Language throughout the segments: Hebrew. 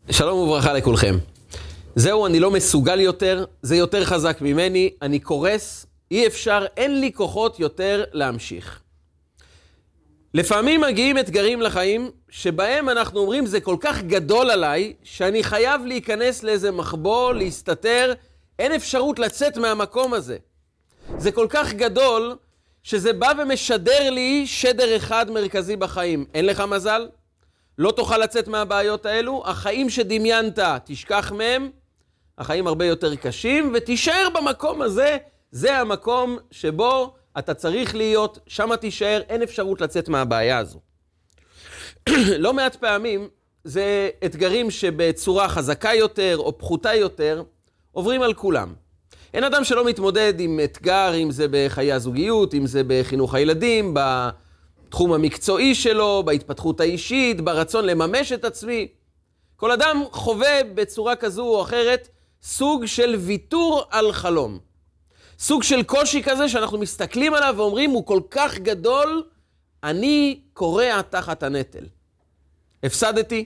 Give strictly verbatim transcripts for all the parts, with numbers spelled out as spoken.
שלום וברכה לכולכם. זהו, אני לא מסוגל יותר, זה יותר חזק ממני, אני קורס, אי אפשר, אין לי כוחות יותר להמשיך. לפעמים מגיעים אתגרים לחיים שבהם אנחנו אומרים זה כל כך גדול עליי שאני חייב להיכנס לאיזה מחבוא, להסתתר, אין אפשרות לצאת מהמקום הזה. זה כל כך גדול שזה בא ומשדר לי שדר אחד מרכזי בחיים. אין לך מזל? לא תוכל לצאת מהבעיות האלו, החיים שדמיינת תשכח מהם, החיים הרבה יותר קשים, ותישאר במקום הזה, זה המקום שבו אתה צריך להיות, שם תישאר, אין אפשרות לצאת מהבעיה הזו. לא מעט פעמים זה אתגרים שבצורה חזקה יותר או פחותה יותר, עוברים על כולם. אין אדם שלא מתמודד עם אתגר, אם זה בחיי הזוגיות, אם זה בחינוך הילדים, ב... תחום המקצועי שלו, בהתפתחות האישית, ברצון לממש את עצמי. כל אדם חווה בצורה כזו או אחרת סוג של ויתור על חלום. סוג של קושי כזה שאנחנו מסתכלים עליו ואומרים, הוא כל כך גדול, אני קורע תחת הנטל. הפסדתי,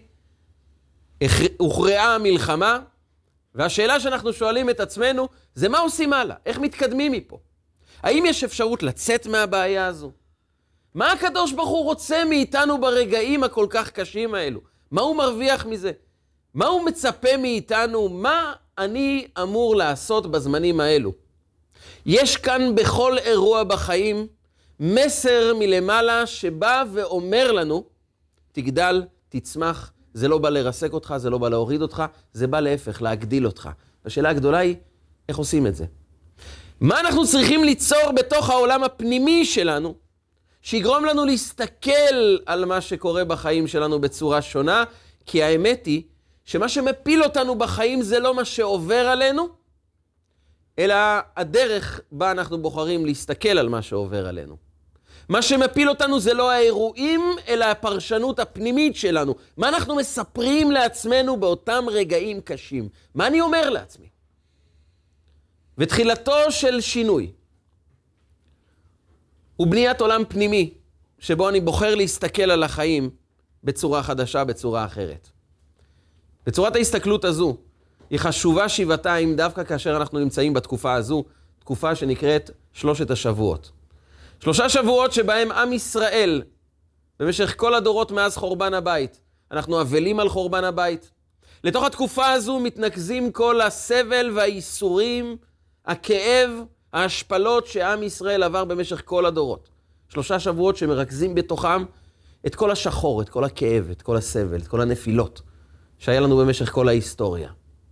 הוכרעה המלחמה, והשאלה שאנחנו שואלים את עצמנו, זה מה עושים הלאה? איך מתקדמים מפה? האם יש אפשרות לצאת מהבעיה הזו? מה הקדוש ברוך הוא רוצה מאיתנו ברגעים הכל כך קשים האלו? מה הוא מרוויח מזה? מה הוא מצפה מאיתנו? מה אני אמור לעשות בזמנים האלו? יש כאן בכל אירוע בחיים מסר מלמעלה שבא ואומר לנו, תגדל, תצמח, זה לא בא לרסק אותך, זה לא בא להוריד אותך, זה בא להפך, להגדיל אותך. השאלה הגדולה היא, איך עושים את זה? מה אנחנו צריכים ליצור בתוך העולם הפנימי שלנו, שיגרום לנו להסתכל על מה שקורה בחיים שלנו בצורה שונה, כי האמת היא שמה שמפיל אותנו בחיים זה לא מה שעובר עלינו, אלא הדרך בה אנחנו בוחרים להסתכל על מה שעובר עלינו. מה שמפיל אותנו זה לא האירועים, אלא הפרשנות הפנימית שלנו. מה אנחנו מספרים לעצמנו באותם רגעים קשים? מה אני אומר לעצמי? ותחילתו של שינוי ובניית עולם פנימי, שבו אני בוחר להסתכל על החיים בצורה חדשה, בצורה אחרת. בצורת ההסתכלות הזו, היא חשובה שבעתיים דווקא כאשר אנחנו נמצאים בתקופה הזו, תקופה שנקראת שלושת השבועות. שלושה שבועות שבהם עם ישראל, במשך כל הדורות מאז חורבן הבית, אנחנו אבלים על חורבן הבית. לתוך התקופה הזו מתנקזים כל הסבל והאיסורים, הכאב, ההשפלות שעם ישראל עבר במשך כל הדורות. שלושה שבועות שמרכזים בתוכם את כל השחור, את כל הכאב, את כל הסבל, את כל הנפילות שהיה לנו במשך כל ההיסטוריה.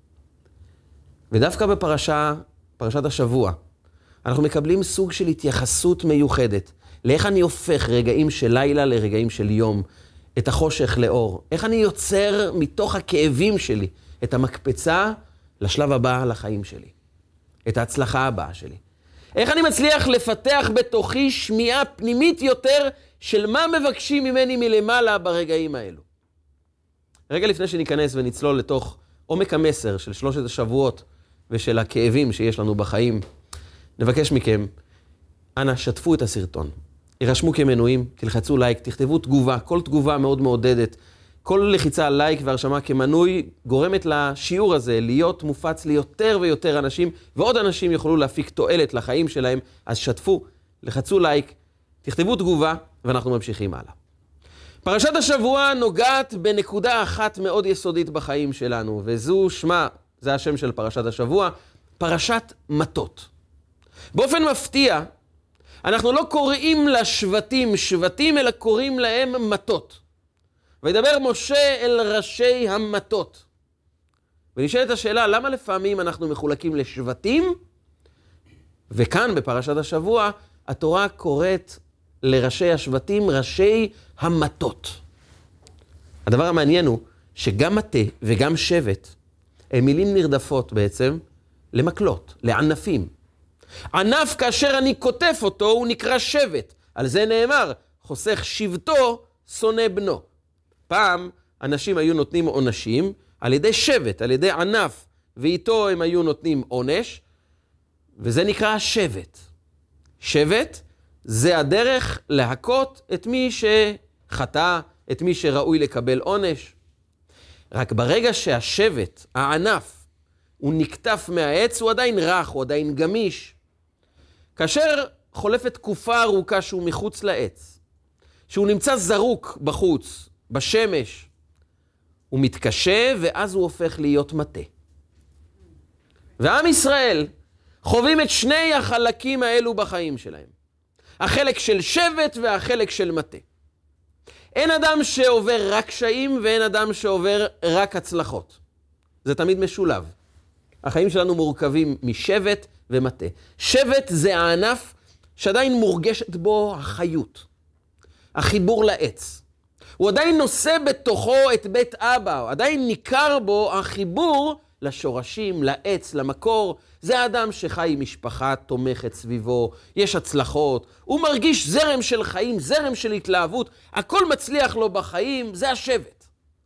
ודווקא בפרשה, פרשת השבוע, אנחנו מקבלים סוג של התייחסות מיוחדת לאיך אני הופך רגעים של לילה לרגעים של יום, את החושך לאור. איך אני יוצר מתוך הכאבים שלי את המקפצה לשלב הבא לחיים שלי. את ההצלחה הבאה שלי. איך אני מצליח לפתח בתוכי שמיעה פנימית יותר של מה מבקשים ממני מלמעלה ברגעים האלו. רגע לפני שניכנס ונצלול לתוך עומק המסר של שלושת השבועות ושל הכאבים שיש לנו בחיים, נבקש מכם, אנא שתפו את הסרטון. ירשמו כמנויים, תלחצו לייק, תכתבו תגובה, כל תגובה מאוד מעודדת. כל לחיצה על לייק והרשמה כמנוי גורמת לשיעור הזה להיות מופץ ליותר ויותר אנשים, ועוד אנשים יוכלו להפיק תועלת לחיים שלהם, אז שתפו, לחצו לייק, תכתבו תגובה, ואנחנו ממשיכים הלאה. פרשת השבוע נוגעת בנקודה אחת מאוד יסודית בחיים שלנו, וזו שמה, זה השם של פרשת השבוע, פרשת מטות. באופן מפתיע, אנחנו לא קוראים לשבטים שבטים, אלא קוראים להם מטות. וידבר משה אל ראשי המטות. ונשאלת השאלה, למה לפעמים אנחנו מחולקים לשבטים? וכאן בפרשת השבוע, התורה קוראת לראשי השבטים ראשי המטות. הדבר המעניין הוא שגם מטה וגם שבט הם מילים נרדפות בעצם למקלות, לענפים. ענף כאשר אני כותף אותו הוא נקרא שבט. על זה נאמר, חוסך שבטו שונא בנו. פעם אנשים היו נותנים עונשים על ידי שבט, על ידי ענף, ואיתו הם היו נותנים עונש, וזה נקרא שבט. שבט זה הדרך להכות את מי שחטא, את מי שראוי לקבל עונש. רק ברגע שהשבט, הענף, הוא נקטף מהעץ, הוא עדיין רך, הוא עדיין גמיש. כאשר חולפת תקופה ארוכה שהוא מחוץ לעץ, שהוא נמצא זרוק בחוץ, בשמש, הוא מתקשה ואז הוא הופך להיות מטה. ועם ישראל חווים את שני החלקים האלו בחיים שלהם. החלק של שבט והחלק של מטה. אין אדם שעובר רק קשיים ואין אדם שעובר רק הצלחות. זה תמיד משולב. החיים שלנו מורכבים משבט ומטה. שבט זה הענף שעדיין מורגשת בו החיות, החיבור לעץ. הוא עדיין נושא בתוכו את בית אבא, עדיין ניכר בו החיבור לשורשים, לעץ, למקור. זה האדם שחי עם משפחה תומכת סביבו, יש הצלחות, הוא מרגיש זרם של חיים, זרם של התלהבות, הכל מצליח לו בחיים, זה השבט.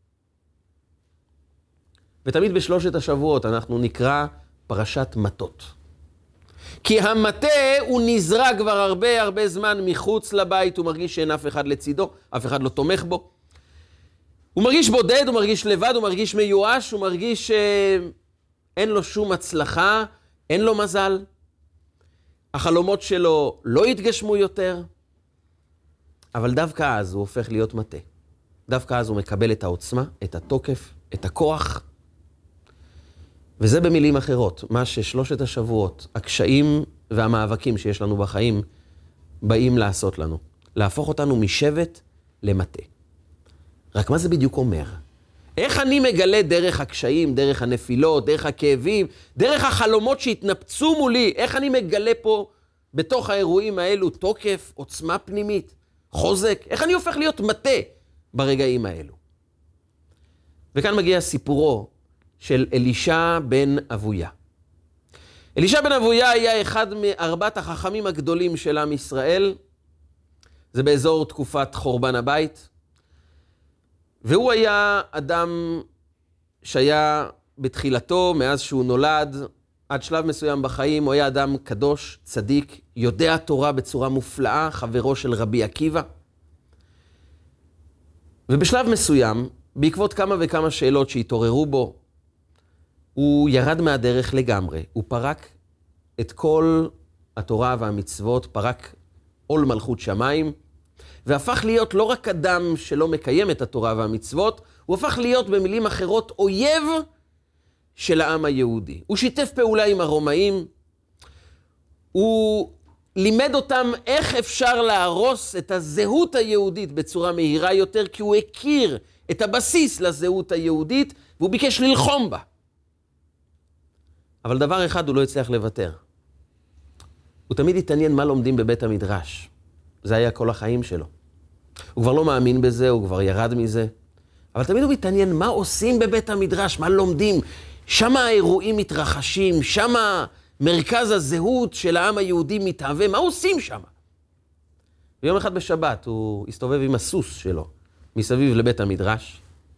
ותמיד בשלושת השבועות אנחנו נקרא פרשת מטות. כי המטה הוא נזרע כבר הרבה הרבה זמן מחוץ לבית, הוא מרגיש שאין אף אחד לצידו, אף אחד לא תומך בו. הוא מרגיש בודד, הוא מרגיש לבד, הוא מרגיש מיואש, הוא מרגיש שאין לו שום הצלחה, אין לו מזל. החלומות שלו לא יתגשמו יותר, אבל דווקא אז הוא הופך להיות מטה. דווקא אז הוא מקבל את העוצמה, את התוקף, את הכוח. וזה במילים אחרות, מה ששלושת השבועות, הקשיים והמאבקים שיש לנו בחיים, באים לעשות לנו. להפוך אותנו משבט למטה. רק מה זה בדיוק אומר? איך אני מגלה דרך הקשיים, דרך הנפילות, דרך הכאבים, דרך החלומות שהתנפצו מולי, איך אני מגלה פה בתוך האירועים האלו תוקף, עוצמה פנימית, חוזק? איך אני הופך להיות מטה ברגעים האלו? וכאן מגיע סיפורו של אלישע בן אבויה. אלישע בן אבויה היה אחד מארבעת החכמים הגדולים של עם ישראל. זה באזור תקופת חורבן הבית. והוא היה אדם שהיה בתחילתו, מאז שהוא נולד, עד שלב מסוים בחיים, הוא היה אדם קדוש, צדיק, יודע תורה בצורה מופלאה, חברו של רבי עקיבא. ובשלב מסוים, בעקבות כמה וכמה שאלות שהתעוררו בו, הוא ירד מהדרך לגמרי. הוא פרק את כל התורה והמצוות, פרק עול מלכות שמיים, והפך להיות לא רק אדם שלא מקיים את התורה והמצוות, הוא הפך להיות במילים אחרות אויב של העם היהודי. הוא שיתף פעולה עם הרומאים, הוא לימד אותם איך אפשר להרוס את הזהות היהודית בצורה מהירה יותר, כי הוא הכיר את הבסיס לזהות היהודית, והוא ביקש ללחום בה. אבל דבר אחד הוא לא הצליח לוותר. הוא תמיד התעניין מה לומדים בבית המדרש. זה היה כל החיים שלו. הוא כבר לא מאמין בזה, הוא כבר ירד מזה. אבל תמיד הוא מתעניין מה עושים בבית המדרש, מה לומדים. שם האירועים מתרחשים, שם מרכז הזהות של העם היהודי מתהווה, מה עושים שם? ויום אחד בשבת הוא הסתובב עם הסוס שלו מסביב לבית המדרש.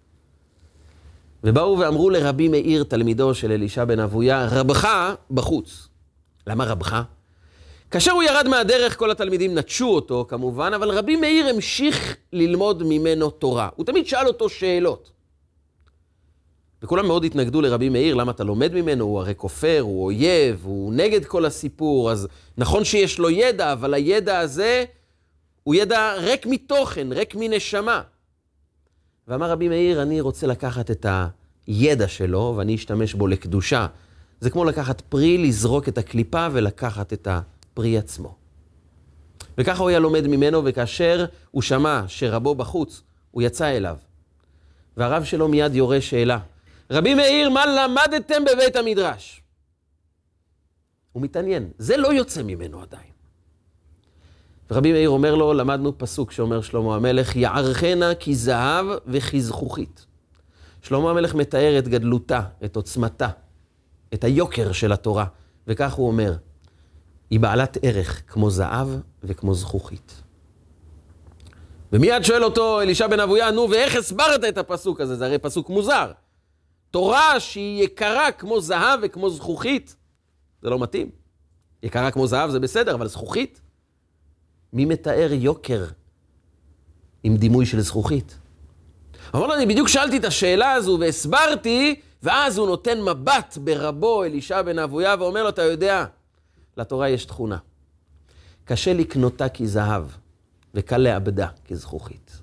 ובאו ואמרו לרבי מאיר, תלמידו של אלישע בן אבויה, רבך בחוץ. למה רבך? כאשר הוא ירד מהדרך, כל התלמידים נטשו אותו כמובן, אבל רבי מאיר המשיך ללמוד ממנו תורה. הוא תמיד שאל אותו שאלות. וכולם מאוד התנגדו לרבי מאיר, למה אתה לומד ממנו? הוא הרי כופר, הוא אויב, הוא נגד כל הסיפור. אז נכון שיש לו ידע, אבל הידע הזה הוא ידע ריק מתוכן, ריק מנשמה. ואמר רבי מאיר, אני רוצה לקחת את הידע שלו ואני אשתמש בו לקדושה. זה כמו לקחת פרי, לזרוק את הקליפה ולקחת את הפרי עצמו. וככה הוא היה לומד ממנו, וכאשר הוא שמע שרבו בחוץ, הוא יצא אליו. והרב שלו מיד יורה שאלה. רבי מאיר, מה למדתם בבית המדרש? הוא מתעניין. זה לא יוצא ממנו עדיין. ורבי מאיר אומר לו, למדנו פסוק שאומר שלמה המלך, יערכנה כי זהב וכי זכוכית. שלמה המלך מתאר את גדלותה, את עוצמתה, את היוקר של התורה. וכך הוא אומר, היא בעלת ערך כמו זהב וכמו זכוכית. ומיד שואל אותו אלישע בן אבויה, נו, ואיך הסברת את הפסוק הזה? זה הרי פסוק מוזר. תורה שהיא יקרה כמו זהב וכמו זכוכית, זה לא מתאים. יקרה כמו זהב זה בסדר, אבל זכוכית? מי מתאר יוקר עם דימוי של זכוכית? אמר לו, אני בדיוק שאלתי את השאלה הזו והסברתי, ואז הוא נותן מבט ברבו אלישע בן אבויה ואומר לו, אתה יודע, לתורה יש תכונה. קשה לקנותה כזהב, וקל לאבדה כזכוכית.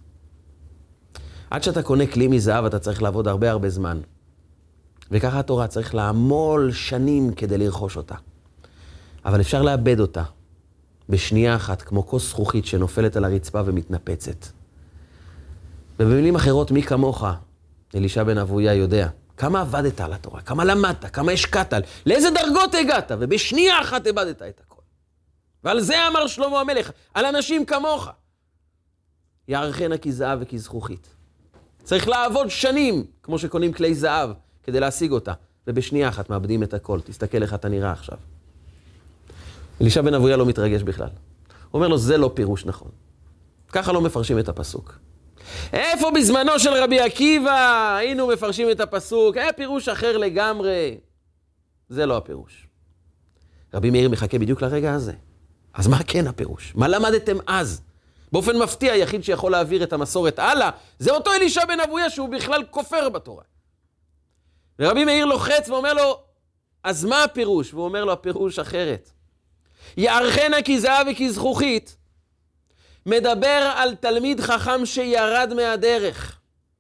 עד שאתה קונה כלי מזהב, אתה צריך לעבוד הרבה הרבה זמן. וככה התורה צריך לעמול שנים כדי לרכוש אותה. אבל אפשר לאבד אותה בשנייה אחת, כמו כוס זכוכית שנופלת על הרצפה ומתנפצת. ובמילים אחרות, מי כמוך, אלישע בן אבויה יודע, כמה עבדת על התורה, כמה למדת, כמה השקעת, לאיזה דרגות הגעת, ובשנייה אחת הבדת את הכל. ועל זה אמר שלמה המלך, על אנשים כמוך. יערכנה כזהב וכזכוכית. צריך לעבוד שנים, כמו שקונים כלי זהב, כדי להשיג אותה. ובשנייה אחת מאבדים את הכל. תסתכל איך אתה נראה עכשיו. אלישע בן אבויה לא מתרגש בכלל. הוא אומר לו, זה לא פירוש נכון. ככה לא מפרשים את הפסוק. איפה בזמנו של רבי עקיבא היינו מפרשים את הפסוק? היה פירוש אחר לגמרי. זה לא הפירוש. רבי מאיר מחכה בדיוק לרגע הזה. אז מה כן הפירוש? מה למדתם אז? באופן מפתיע, היחיד שיכול להעביר את המסורת הלאה, זה אותו אלישע בן אבויה שהוא בכלל כופר בתורה. ורבי מאיר לוחץ ואומר לו, אז מה הפירוש? והוא אומר לו, הפירוש אחרת. יערכנה כזהב וכזכוכית, מדבר על תלמיד חכם שירד מהדרך.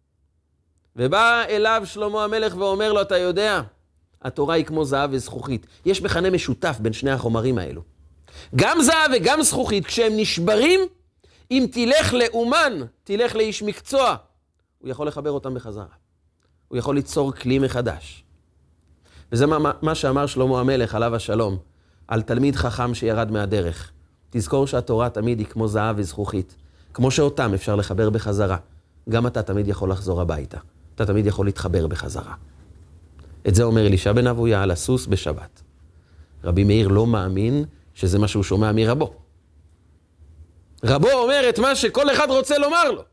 ובא אליו שלמה המלך ואומר לו, אתה יודע, התורה היא כמו זהב וזכוכית. יש מכנה משותף בין שני החומרים האלו. גם זהב וגם זכוכית, כשהם נשברים, אם תלך לאומן, תלך לאיש מקצוע, הוא יכול לחבר אותם בחזרה. הוא יכול ליצור כלי מחדש. וזה מה, מה שאמר שלמה המלך עליו השלום, על תלמיד חכם שירד מהדרך. תזכור שהתורה תמיד היא כמו זהב וזכוכית. כמו שאותם אפשר לחבר בחזרה. גם אתה תמיד יכול לחזור הביתה. אתה תמיד יכול להתחבר בחזרה. את זה אומר אלישע בן אבויה על הסוס בשבת. רבי מאיר לא מאמין שזה מה שהוא שומע מרבו. רבו אומר את מה שכל אחד רוצה לומר לו.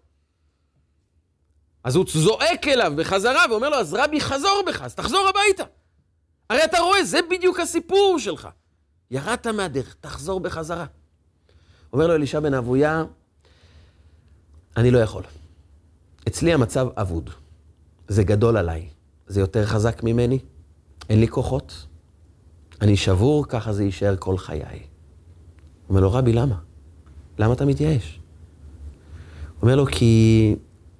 אז הוא זועק אליו בחזרה ואומר לו, אז רבי חזור בך, אז תחזור הביתה. הרי אתה רואה, זה בדיוק הסיפור שלך. ירדת מהדרך, תחזור בחזרה. אומר לו אלישע בן אבויה, אני לא יכול. אצלי המצב אבוד. זה גדול עליי. זה יותר חזק ממני. אין לי כוחות. אני שבור, ככה זה יישאר כל חיי. אומר לו, רבי, למה? למה אתה מתייאש? אומר לו, כי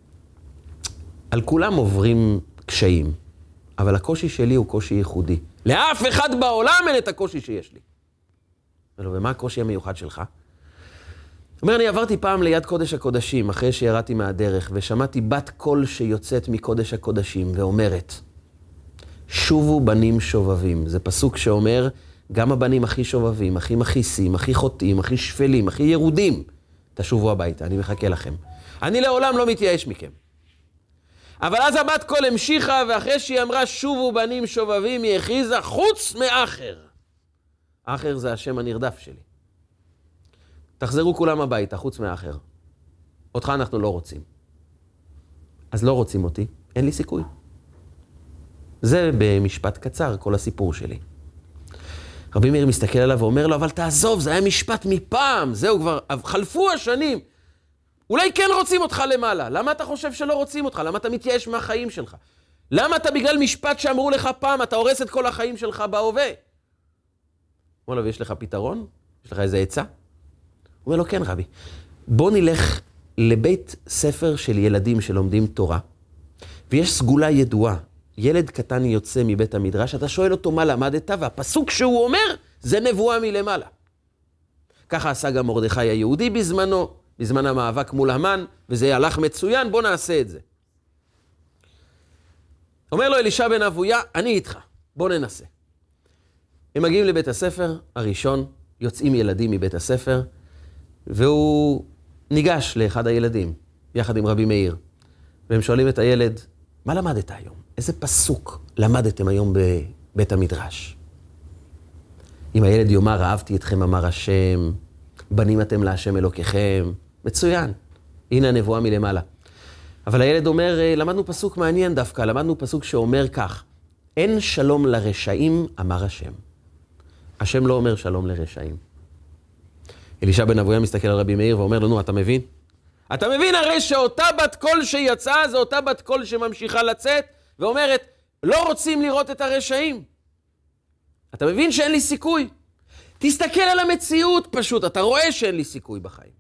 על כולם עוברים קשיים, אבל הקושי שלי הוא קושי ייחודי. לאף אחד בעולם אין את הקושי שיש לי. אומר לו, ומה הקושי המיוחד שלך? אומר, אני עברתי פעם ליד קודש הקודשים, אחרי שירדתי מהדרך, ושמעתי בת קול שיוצאת מקודש הקודשים, ואומרת, שובו בנים שובבים. זה פסוק שאומר, גם הבנים הכי שובבים, הכי מכיסים, הכי חוטאים, הכי שפלים, הכי ירודים, תשובו הביתה, אני מחכה לכם. אני לעולם לא מתייאש מכם. אבל אז הבת קול המשיכה, ואחרי שהיא אמרה, שובו בנים שובבים, היא הכריזה, חוץ מאחר. אחר זה השם הנרדף שלי. תחזרו כולם הביתה, חוץ מאחר. אותך אנחנו לא רוצים. אז לא רוצים אותי, אין לי סיכוי. זה במשפט קצר, כל הסיפור שלי. רבי מאיר מסתכל עליו ואומר לו, אבל תעזוב, זה היה משפט מפעם, זהו כבר, חלפו השנים. אולי כן רוצים אותך למעלה. למה אתה חושב שלא רוצים אותך? למה אתה מתייאש מהחיים שלך? למה אתה בגלל משפט שאמרו לך פעם, אתה הורס את כל החיים שלך בהווה? אומר לו, ויש לך פתרון? יש לך איזה עצה? הוא אומר לו, כן רבי. בוא נלך לבית ספר של ילדים שלומדים תורה, ויש סגולה ידועה. ילד קטן יוצא מבית המדרש, אתה שואל אותו מה למדת, והפסוק שהוא אומר, זה נבואה מלמעלה. ככה עשה גם מרדכי היהודי בזמנו, בזמן המאבק מול המן, וזה הלך מצוין, בוא נעשה את זה. אומר לו אלישע בן אבויה, אני איתך, בוא ננסה. הם מגיעים לבית הספר הראשון, יוצאים ילדים מבית הספר, והוא ניגש לאחד הילדים, יחד עם רבי מאיר. והם שואלים את הילד, מה למדת היום? איזה פסוק למדתם היום בבית המדרש? אם הילד יאמר, אהבתי אתכם, אמר השם, בנים אתם להשם אלוקיכם, מצוין. הנה הנבואה מלמעלה. אבל הילד אומר, למדנו פסוק מעניין דווקא, למדנו פסוק שאומר כך, אין שלום לרשעים, אמר השם. השם לא אומר שלום לרשעים. אלישע בן אבויה מסתכל על רבי מאיר ואומר לנו, אתה מבין? אתה מבין הרי שאותה בת קול שיצאה, זו אותה בת קול שממשיכה לצאת, ואומרת, לא רוצים לראות את הרשעים. אתה מבין שאין לי סיכוי? תסתכל על המציאות פשוט, אתה רואה שאין לי סיכוי בחיים.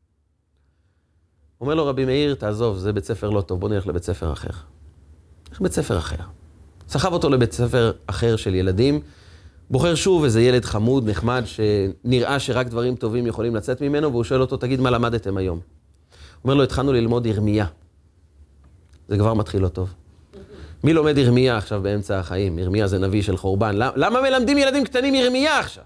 אומר לו רבי מאיר, תעזוב, זה בית ספר לא טוב, בוא נלך לבית ספר אחר. איך בית ספר אחר? סחב אותו לבית ספר אחר של ילדים, בוחר שוב איזה ילד חמוד, נחמד, שנראה שרק דברים טובים יכולים לצאת ממנו, והוא שואל אותו, תגיד מה למדתם היום? הוא אומר לו, התחלנו ללמוד ירמיה. זה כבר מתחיל לא טוב. מי לומד ירמיה עכשיו באמצע החיים? ירמיה זה נביא של חורבן. למה מלמדים ילדים קטנים ירמיה עכשיו?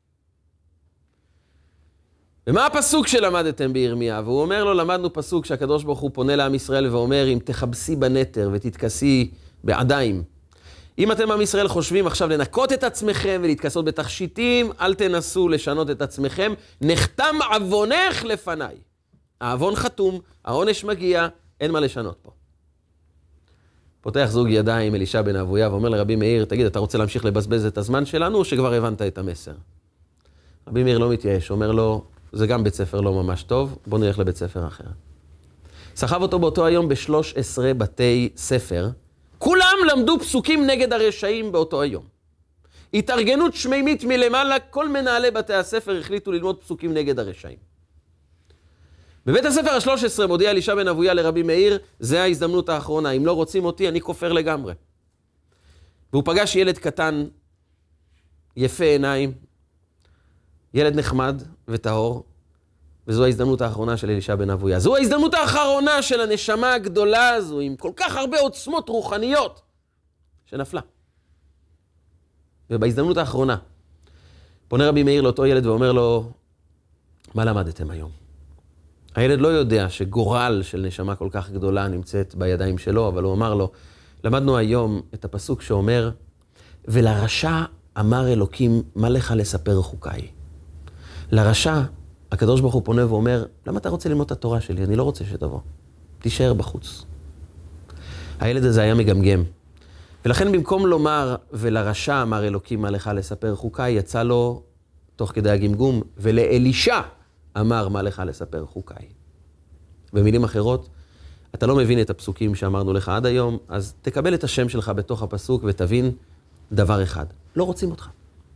ומה הפסוק שלמדתם בירמיה? והוא אומר לו, למדנו פסוק שהקדוש ברוך הוא פונה לעם ישראל ואומר, אם תחבסי בנטר ותתכסי בעדיים. אם אתם עם ישראל חושבים עכשיו לנקות את עצמכם ולהתכסות בתכשיטים, אל תנסו לשנות את עצמכם, נחתם עוונך לפניי. העוון חתום, העונש מגיע, אין מה לשנות פה. פותח זוג ידיים אלישע בן אבויה ואומר לרבי מאיר, תגיד, אתה רוצה להמשיך לבזבז את הזמן שלנו או שכבר הבנת את המסר? רבי מאיר לא מתייאש, אומר לו, זה גם בית ספר לא ממש טוב, בוא נלך לבית ספר אחר. סחב אותו באותו היום ב-שלושה עשר בתי ספר, כולם למדו פסוקים נגד הרשעים באותו היום. התארגנות שמימית מלמעלה, כל מנהלי בתי הספר החליטו ללמוד פסוקים נגד הרשעים. בבית הספר ה-שלוש עשרה מודיע אלישע בן אבויה לרבי מאיר, זה ההזדמנות האחרונה, אם לא רוצים אותי, אני כופר לגמרי. והוא פגש ילד קטן, יפה עיניים, ילד נחמד וטהור, וזו ההזדמנות האחרונה של אלישע בן אבויה. זו ההזדמנות האחרונה של הנשמה הגדולה הזו, עם כל כך הרבה עוצמות רוחניות, שנפלה. ובהזדמנות האחרונה, פונה רבי מאיר לאותו ילד ואומר לו, מה למדתם היום? הילד לא יודע שגורל של נשמה כל כך גדולה נמצאת בידיים שלו, אבל הוא אמר לו, למדנו היום את הפסוק שאומר, ולרשע אמר אלוקים, מה לך לספר חוקיי? לרשע, הקדוש ברוך הוא פונה ואומר, למה אתה רוצה ללמוד את התורה שלי? אני לא רוצה שתבוא. תישאר בחוץ. הילד הזה היה מגמגם. ולכן במקום לומר, ולרשע אמר אלוקים, מה לך לספר חוקיי, יצא לו תוך כדי הגמגום, ולאלישע אמר, מה לך לספר חוקיי. במילים אחרות, אתה לא מבין את הפסוקים שאמרנו לך עד היום, אז תקבל את השם שלך בתוך הפסוק ותבין דבר אחד. לא רוצים אותך.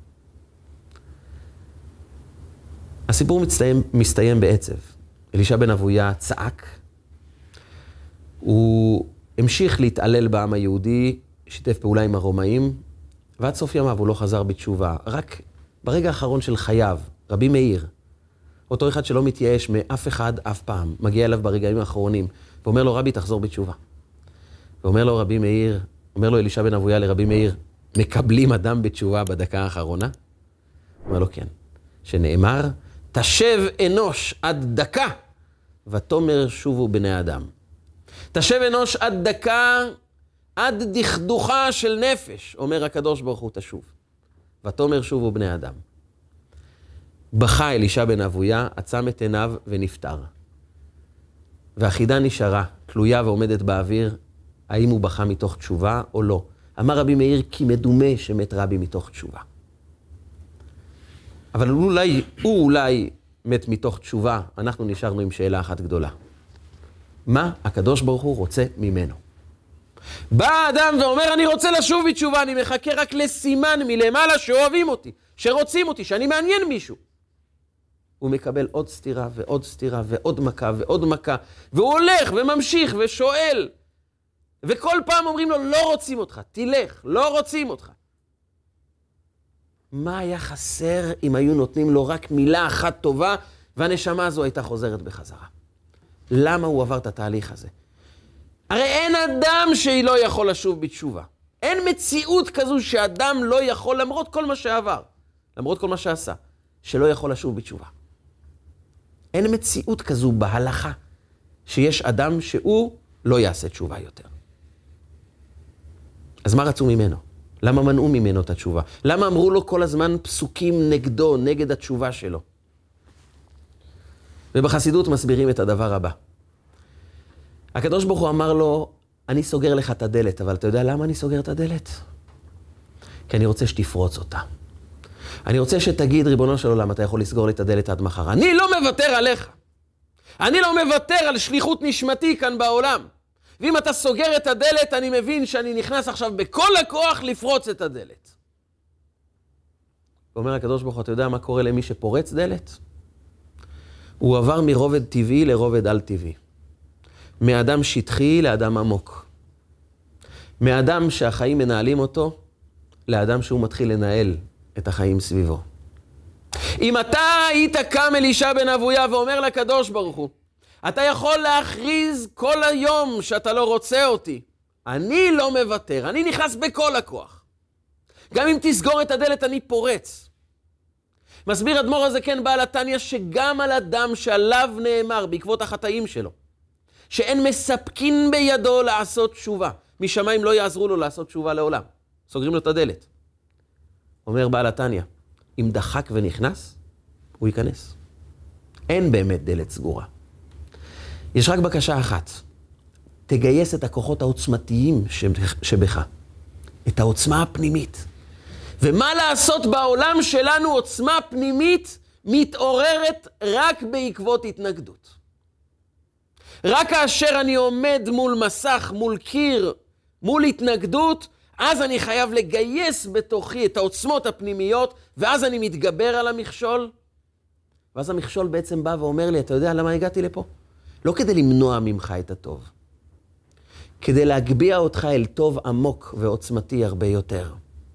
הסיפור מסתיים, מסתיים בעצב. אלישע בן אבויה צעק. הוא המשיך להתעלל בעם היהודי, שיתף פעולה עם הרומאים, ועד סוף ימיו הוא לא חזר בתשובה. רק ברגע האחרון של חייו, רבי מאיר, אותו אחד שלא מתייאש מאף אחד אף פעם, מגיע אליו ברגעים האחרונים, ואומר לו, רבי, תחזור בתשובה. ואומר לו רבי מאיר, אומר לו אלישע בן אבויה לרבי מאיר, מקבלים אדם בתשובה בדקה האחרונה? אומר לו, כן. שנאמר, תשב אנוש עד דקה, ותאמר שובו בני אדם. תשב אנוש עד דקה, עד דכדוכה של נפש, אומר הקדוש ברוך הוא תשוב. ותאמר שובו בני אדם. בכה אלישע בן אבויה, עצם את עיניו ונפטר. והחידה נשארה, תלויה ועומדת באוויר, האם הוא בכה מתוך תשובה או לא. אמר רבי מאיר, כי מדומה שמת רבי מתוך תשובה. אבל אולי, הוא אולי מת מתוך תשובה, אנחנו נשארנו עם שאלה אחת גדולה. מה הקדוש ברוך הוא רוצה ממנו? בא האדם ואומר, אני רוצה לשוב בתשובה, אני מחכה רק לסימן מלמעלה שאוהבים אותי, שרוצים אותי, שאני מעניין מישהו. הוא מקבל עוד סתירה ועוד סתירה ועוד מכה ועוד מכה, והוא הולך וממשיך ושואל, וכל פעם אומרים לו, לא רוצים אותך, תלך, לא רוצים אותך. מה היה חסר אם היו נותנים לו רק מילה אחת טובה, והנשמה הזו הייתה חוזרת בחזרה? למה הוא עבר את התהליך הזה? הרי אין אדם שהיא לא יכול לשוב בתשובה. אין מציאות כזו שאדם לא יכול, למרות כל מה שעבר, למרות כל מה שעשה, שלא יכול לשוב בתשובה. אין מציאות כזו בהלכה, שיש אדם שהוא לא יעשה תשובה יותר. אז מה רצו ממנו? למה מנעו ממנו את התשובה? למה אמרו לו כל הזמן פסוקים נגדו, נגד התשובה שלו? ובחסידות מסבירים את הדבר הבא. הקדוש ברוך הוא אמר לו, אני סוגר לך את הדלת, אבל אתה יודע למה אני סוגר את הדלת? כי אני רוצה שתפרוץ אותה. אני רוצה שתגיד, ריבונו של עולם, אתה יכול לסגור לי את הדלת עד מחר. אני לא מוותר עליך. אני לא מוותר על שליחות נשמתי כאן בעולם. ואם אתה סוגר את הדלת, אני מבין שאני נכנס עכשיו בכל הכוח לפרוץ את הדלת. אומר הקדוש ברוך הוא, אתה יודע מה קורה למי שפורץ דלת? הוא עבר מרובד טבעי לרובד על טבעי. מאדם שטחי לאדם עמוק. מאדם שהחיים מנהלים אותו, לאדם שהוא מתחיל לנהל את החיים סביבו. אם אתה היית קם אלישע בן אבויה ואומר לקדוש ברוך הוא, אתה יכול להכריז כל היום שאתה לא רוצה אותי. אני לא מוותר, אני נכנס בכל הכוח. גם אם תסגור את הדלת אני פורץ. מסביר אדמו"ר הזקן בעל התניא שגם על אדם שעליו נאמר בעקבות החטאים שלו, שאין מספקין בידו לעשות תשובה. משמיים לא יעזרו לו לעשות תשובה לעולם. סוגרים לו את הדלת. אומר בעל התניא, אם דחק ונכנס, הוא ייכנס. אין באמת דלת סגורה. יש רק בקשה אחת. תגייס את הכוחות העוצמתיים שבך. את העוצמה הפנימית. ומה לעשות בעולם שלנו עוצמה פנימית מתעוררת רק בעקבות התנגדות. רק כאשר אני עומד מול מסך, מול קיר, מול התנגדות, אז אני חייב לגייס בתוכי את העוצמות הפנימיות, ואז אני מתגבר על המכשול. ואז המכשול בעצם בא ואומר לי, אתה יודע למה הגעתי לפה? לא כדי למנוע ממך את הטוב. כדי להגביע אותך אל טוב עמוק ועוצמתי הרבה יותר.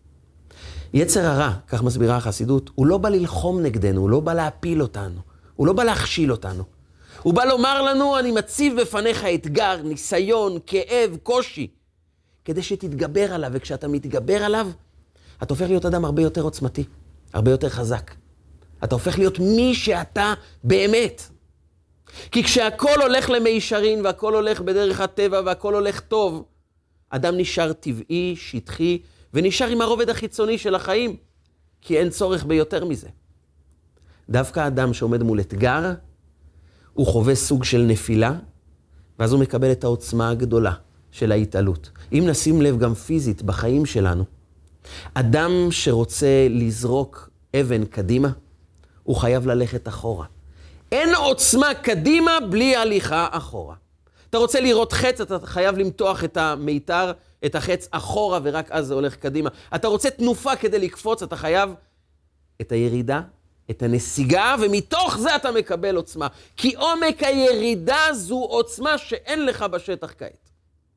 יצר הרע, כך מסבירה החסידות, הוא לא בא ללחום נגדנו, הוא לא בא להפיל אותנו, הוא לא בא להכשיל אותנו. הוא בא לומר לנו, אני מציב בפניך אתגר, ניסיון, כאב, קושי, כדי שתתגבר עליו, וכשאתה מתגבר עליו, אתה הופך להיות אדם הרבה יותר עוצמתי, הרבה יותר חזק. אתה הופך להיות מי שאתה באמת. כי כשהכל הולך למישרין, והכל הולך בדרך הטבע, והכל הולך טוב, אדם נשאר טבעי, שטחי, ונשאר עם הרובד החיצוני של החיים, כי אין צורך ביותר מזה. דווקא אדם שעומד מול אתגר, הוא חווה סוג של נפילה, ואז הוא מקבל את העוצמה הגדולה של ההתעלות. אם נשים לב גם פיזית בחיים שלנו, אדם שרוצה לזרוק אבן קדימה, הוא חייב ללכת אחורה. אין עוצמה קדימה בלי הליכה אחורה. אתה רוצה לראות חץ, אתה חייב למתוח את המיתר, את החץ אחורה, ורק אז זה הולך קדימה. אתה רוצה תנופה כדי לקפוץ, אתה חייב את הירידה, את הנסיגה, ומתוך זה אתה מקבל עוצמה. כי עומק הירידה זו עוצמה שאין לך בשטח כעת.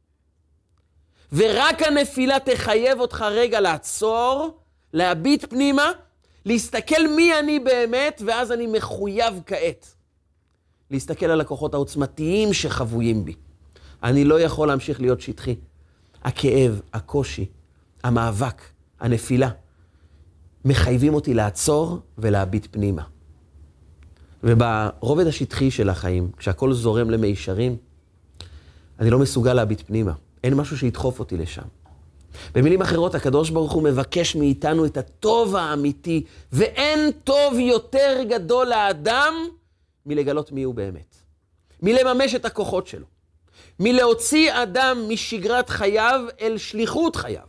ורק הנפילה תחייב אותך רגע לעצור, להביט פנימה, להסתכל מי אני באמת, ואז אני מחויב כעת. להסתכל על הכוחות העוצמתיים שחבויים בי. אני לא יכול להמשיך להיות שטחי. הכאב, הקושי, המאבק, הנפילה, מחייבים אותי לעצור ולהביט פנימה. וברובד השטחי של החיים, כשהכל זורם למישרים, אני לא מסוגל להביט פנימה. אין משהו שידחוף אותי לשם. במילים אחרות, הקדוש ברוך הוא מבקש מאיתנו את הטוב האמיתי, ואין טוב יותר גדול לאדם מלגלות מי הוא באמת. מלממש את הכוחות שלו. מלהוציא אדם משגרת חייו אל שליחות חייו.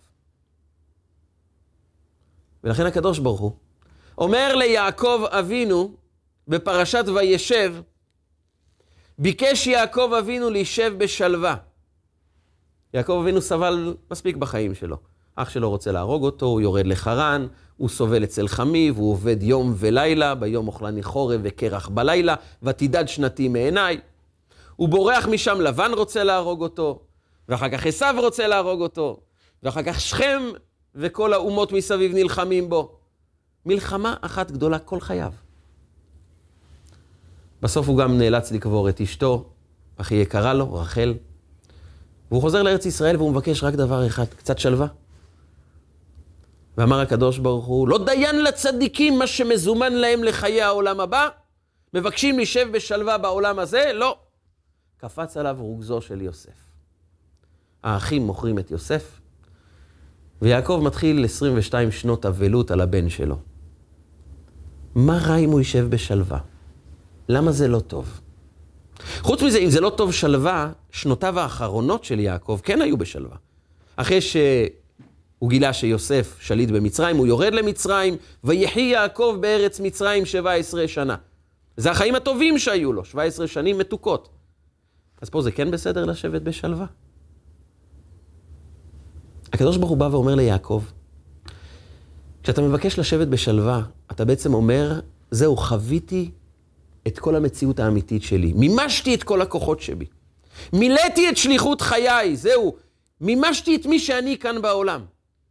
ולכן הקדוש ברוך הוא אומר ליעקב אבינו בפרשת וישב, ביקש יעקב אבינו להישב בשלווה. יעקב אבינו סבל מספיק בחיים שלו. אח שלו רוצה להרוג אותו, הוא יורד לחרן, הוא סובל אצל חמיו, הוא עובד יום ולילה, ביום אוכלני חורב וקרח בלילה, ותידד שנתי מעיניי. הוא בורח משם, לבן רוצה להרוג אותו, ואחר כך עשיו רוצה להרוג אותו, ואחר כך שכם וכל האומות מסביב נלחמים בו. מלחמה אחת גדולה כל חייו. בסוף הוא גם נאלץ לקבור את אשתו, הכי יקרה לו, רחל. והוא חוזר לארץ ישראל והוא מבקש רק דבר אחד, קצת שלווה. ואמר הקדוש ברוך הוא, לא דיין לצדיקים מה שמזומן להם לחיי העולם הבא, מבקשים להישב בשלווה בעולם הזה, לא. קפץ עליו רוגזו של יוסף. האחים מוכרים את יוסף, ויעקב מתחיל עשרים ושתיים שנות אבלות על הבן שלו. מה רע אם הוא יישב בשלווה? למה זה לא טוב? חוץ מזה, אם זה לא טוב שלווה, שנותיו האחרונות של יעקב כן היו בשלווה. אחרי שהוא גילה שיוסף שליט במצרים, הוא יורד למצרים, ויחי יעקב בארץ מצרים שבע עשרה שנה. זה החיים הטובים שהיו לו, שבע עשרה שנים מתוקות. אז פה זה כן בסדר לשבת בשלווה? הקדוש ברוך הוא בא ואומר ליעקב, כשאתה מבקש לשבת בשלווה, אתה בעצם אומר, זהו, חוויתי את כל המציאות האמיתית שלי, מימשתי את כל הכוחות שבי, מילאתי את שליחות חיי, זהו, מימשתי את מי שאני כאן בעולם.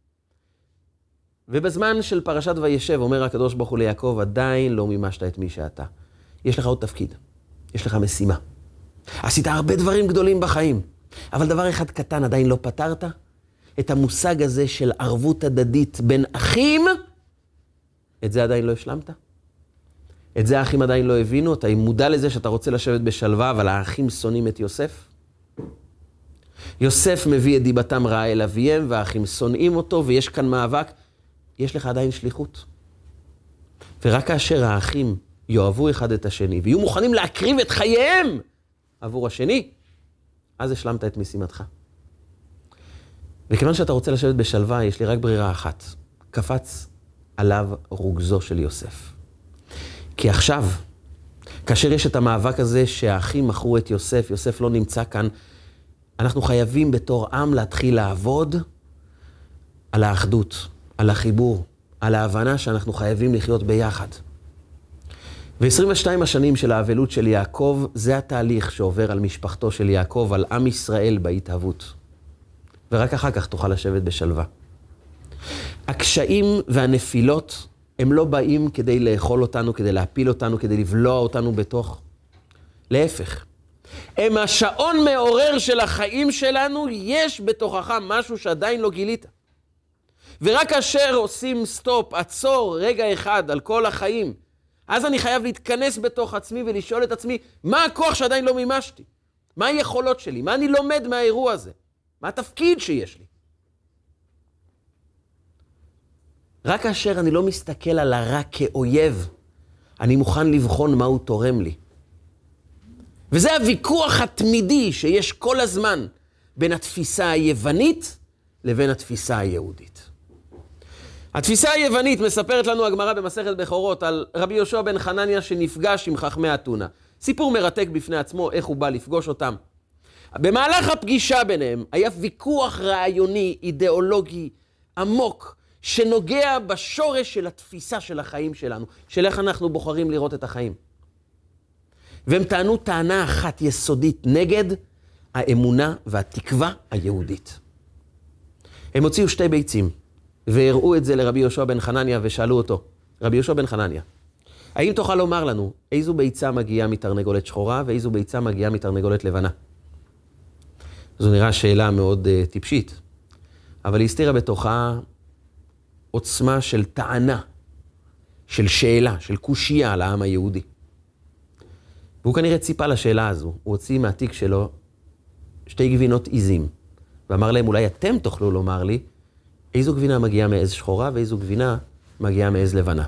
ובזמן של פרשת וישב, אומר הקדוש ברוך הוא ליעקב, עדיין לא מימשת את מי שאתה. יש לך עוד תפקיד, יש לך משימה. עשית הרבה דברים גדולים בחיים, אבל דבר אחד קטן עדיין לא פתרת, את המושג הזה של ערבות הדדית בין אחים, את זה עדיין לא השלמת. את זה האחים עדיין לא הבינו, אתה מודע לזה שאתה רוצה לשבת בשלווה, אבל האחים שונאים את יוסף. יוסף מביא את דיבתם רעה אל אביהם, והאחים שונאים אותו, ויש כאן מאבק. יש לך עדיין שליחות. ורק כאשר האחים יאהבו אחד את השני, ויהיו מוכנים להקריב את חייהם עבור השני, אז השלמת את משימתך. וכיוון שאתה רוצה לשבת בשלווה, יש לי רק ברירה אחת. קפץ עליו רוגזו של יוסף. כי עכשיו, כאשר יש את המאבק הזה שהאחים מכרו את יוסף, יוסף לא נמצא כאן, אנחנו חייבים בתור עם להתחיל לעבוד על האחדות, על החיבור, על ההבנה שאנחנו חייבים לחיות ביחד. ו-עשרים ושתיים השנים של האבלות של יעקב, זה התהליך שעובר על משפחתו של יעקב, על עם ישראל בהתהוות. ורק אחר כך תוכל לשבת בשלווה. הקשיים והנפילות הם לא באים כדי לאכול אותנו, כדי להפיל אותנו, כדי לבלוע אותנו בתוך. להפך. הם השעון מעורר של החיים שלנו, יש בתוכך משהו שעדיין לא גילית. ורק כאשר עושים סטופ, עצור רגע אחד על כל החיים, אז אני חייב להתכנס בתוך עצמי ולשאול את עצמי, מה הכוח שעדיין לא מימשתי? מה היכולות שלי? מה אני לומד מהאירוע הזה? מה התפקיד שיש לי? רק כאשר אני לא מסתכל על הרע כאויב, אני מוכן לבחון מה הוא תורם לי. וזה הוויכוח התמידי שיש כל הזמן בין התפיסה היוונית לבין התפיסה היהודית. התפיסה היוונית מספרת לנו הגמרא במסכת בכורות על רבי יהושע בן חנניה שנפגש עם חכמי אתונה. סיפור מרתק בפני עצמו איך הוא בא לפגוש אותם. במהלך הפגישה ביניהם היה ויכוח רעיוני, אידיאולוגי, עמוק, שנוגע בשורש של התפיסה של החיים שלנו, של איך אנחנו בוחרים לראות את החיים. והם טענו טענה אחת יסודית נגד האמונה והתקווה היהודית. הם הוציאו שתי ביצים, והראו את זה לרבי יהושע בן חנניה ושאלו אותו, רבי יהושע בן חנניה, האם תוכל לומר לנו איזו ביצה מגיעה מתרנגולת שחורה ואיזו ביצה מגיעה מתרנגולת לבנה? זו נראה שאלה מאוד uh, טיפשית, אבל היא הסתירה בתוכה עוצמה של טענה, של שאלה, של קושייה על העם היהודי. והוא כנראה ציפה לשאלה הזו. הוא הוציא מהתיק שלו שתי גבינות עיזים, ואמר להם, אולי אתם תוכלו לומר לי, איזו גבינה מגיעה מעז שחורה ואיזו גבינה מגיעה מעז לבנה.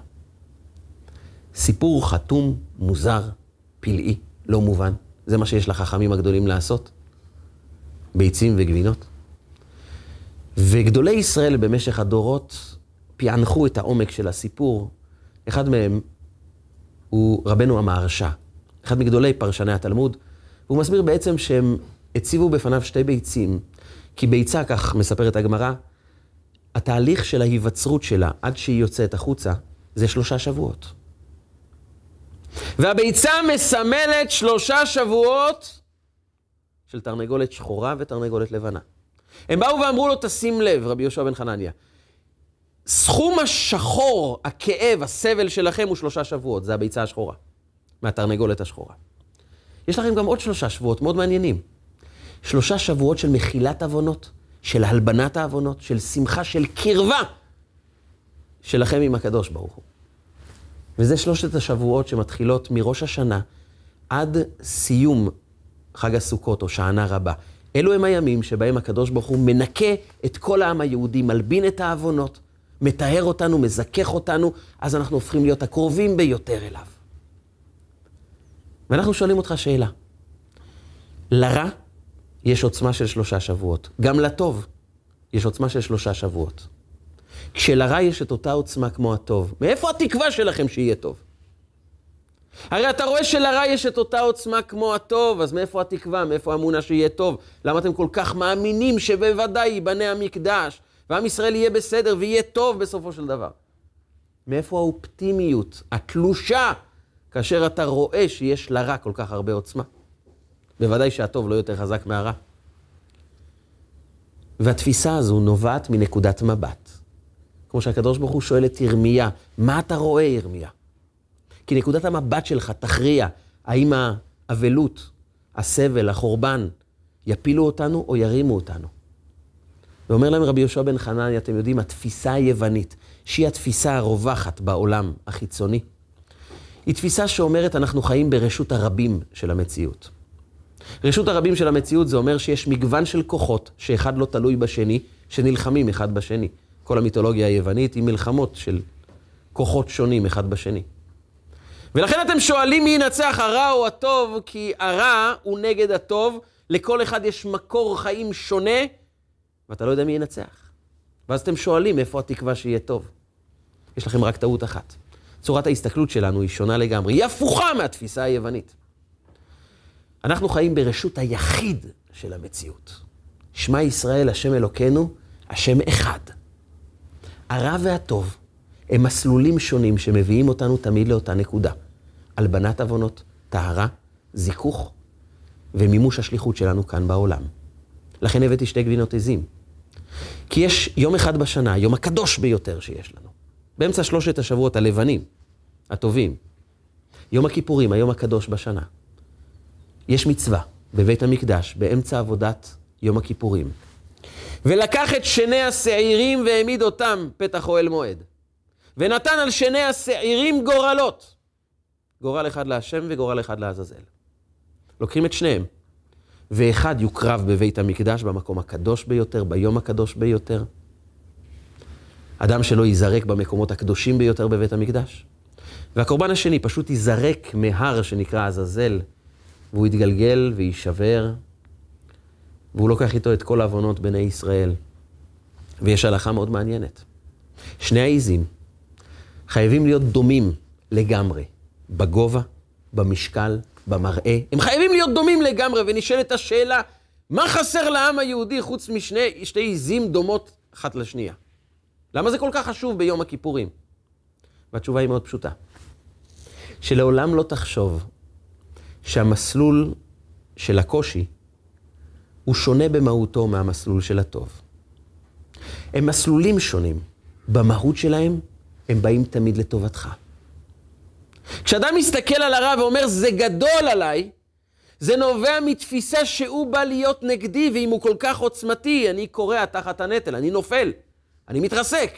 סיפור חתום, מוזר, פלאי, לא מובן. זה מה שיש לחכמים הגדולים לעשות. ביצים וגבינות. וגדולי ישראל במשך הדורות פענחו את העומק של הסיפור. אחד מהם הוא רבנו המהרש"א, אחד מגדולי פרשני התלמוד, והוא מסביר בעצם שהם הציבו בפניו שתי ביצים, כי ביצה, כך מספרת הגמרא, התהליך של ההיווצרות שלה עד שהיא יוצאת החוצה, זה שלושה שבועות. והביצה מסמלת שלושה שבועות של תרנגולת שחורה ותרנגולת לבנה. הם באו ואמרו לו, תשים לב, רבי יהושע בן חנניה, סכום השחור, הכאב, הסבל שלכם הוא שלושה שבועות, זה הביצה השחורה, מהתרנגולת השחורה. יש לכם גם עוד שלושה שבועות מאוד מעניינים. שלושה שבועות של מחילת עוונות, של הלבנת העוונות, של שמחה, של קרבה שלכם עם הקדוש ברוך הוא. וזה שלושת השבועות שמתחילות מראש השנה עד סיום חג הסוכות או שענה רבה. אלו הם הימים שבהם הקדוש ברוך הוא מנקה את כל העם היהודי, מלבין את העוונות, מטהר אותנו, מזכך אותנו, אז אנחנו הופכים להיות הקרובים ביותר אליו. ואנחנו שואלים אותך שאלה. לרע יש עוצמה של שלושה שבועות. גם לטוב יש עוצמה של שלושה שבועות. כשלרע יש את אותה עוצמה כמו הטוב, מאיפה התקווה שלכם שיהיה טוב? הרי אתה רואה שלרע יש את אותה עוצמה כמו הטוב, אז מאיפה התקווה, מאיפה האמונה שיהיה טוב? למה אתם כל כך מאמינים שבוודאי ייבנה המקדש, ועם ישראל יהיה בסדר ויהיה טוב בסופו של דבר? מאיפה האופטימיות, התלושה, כאשר אתה רואה שיש לרע כל כך הרבה עוצמה? בוודאי שהטוב לא יותר חזק מהרע. והתפיסה הזו נובעת מנקודת מבט. כמו שהקדוש ברוך הוא שואל את ירמיה, מה אתה רואה ירמיה? כי נקודת המבט שלך תכריע, האם האבלות, הסבל, החורבן, יפילו אותנו או ירימו אותנו. ואומר להם רבי יהושע בן חנניה, אתם יודעים, התפיסה היוונית, שהיא התפיסה הרווחת בעולם החיצוני, היא תפיסה שאומרת, אנחנו חיים ברשות הרבים של המציאות. רשות הרבים של המציאות זה אומר שיש מגוון של כוחות, שאחד לא תלוי בשני, שנלחמים אחד בשני. כל המיתולוגיה היוונית היא מלחמות של כוחות שונים אחד בשני. ולכן אתם שואלים מי ינצח, הרע או הטוב, כי הרע הוא נגד הטוב, לכל אחד יש מקור חיים שונה, ואתה לא יודע מי ינצח. ואז אתם שואלים איפה התקווה שיהיה טוב. יש לכם רק טעות אחת. צורת ההסתכלות שלנו היא שונה לגמרי, היא הפוכה מהתפיסה היוונית. אנחנו חיים ברשות היחיד של המציאות. שמע ישראל, השם אלוקינו, השם אחד. הרע והטוב הם מסלולים שונים שמביאים אותנו תמיד לאותה נקודה. הלבנת עוונות, טהרה, זיכוך ומימוש השליחות שלנו כאן בעולם. לכן הבאתי שתי גבינות עזים. כי יש יום אחד בשנה, יום הקדוש ביותר שיש לנו. באמצע שלושת השבועות הלבנים, הטובים. יום הכיפורים, היום הקדוש בשנה. יש מצווה בבית המקדש, באמצע עבודת יום הכיפורים. ולקח את שני השעירים והעמיד אותם פתח אוהל מועד. ונתן על שני השעירים גורלות. גורל אחד להשם וגורל אחד לעזאזל. לוקחים את שניהם. ואחד יוקרב בבית המקדש, במקום הקדוש ביותר, ביום הקדוש ביותר. אדם שלא ייזרק במקומות הקדושים ביותר בבית המקדש. והקורבן השני פשוט ייזרק מהר שנקרא עזאזל, והוא יתגלגל ויישבר, והוא לוקח איתו את כל העוונות בני ישראל. ויש הלכה מאוד מעניינת. שני העיזים חייבים להיות דומים לגמרי, בגובה, במשקל, במראה. הם חייבים להיות דומים לגמרי, ונשאלת השאלה, מה חסר לעם היהודי חוץ משני שתי עיזים דומות אחת לשנייה? למה זה כל כך חשוב ביום הכיפורים? והתשובה היא מאוד פשוטה. שלעולם לא תחשוב שהמסלול של הקושי הוא שונה במהותו מהמסלול של הטוב. הם מסלולים שונים. במהות שלהם הם באים תמיד לטובתך. כשאדם מסתכל על הרע ואומר זה גדול עליי, זה נובע מתפיסה שהוא בא להיות נגדי, ואם הוא כל כך עוצמתי, אני קורע תחת הנטל, אני נופל, אני מתרסק.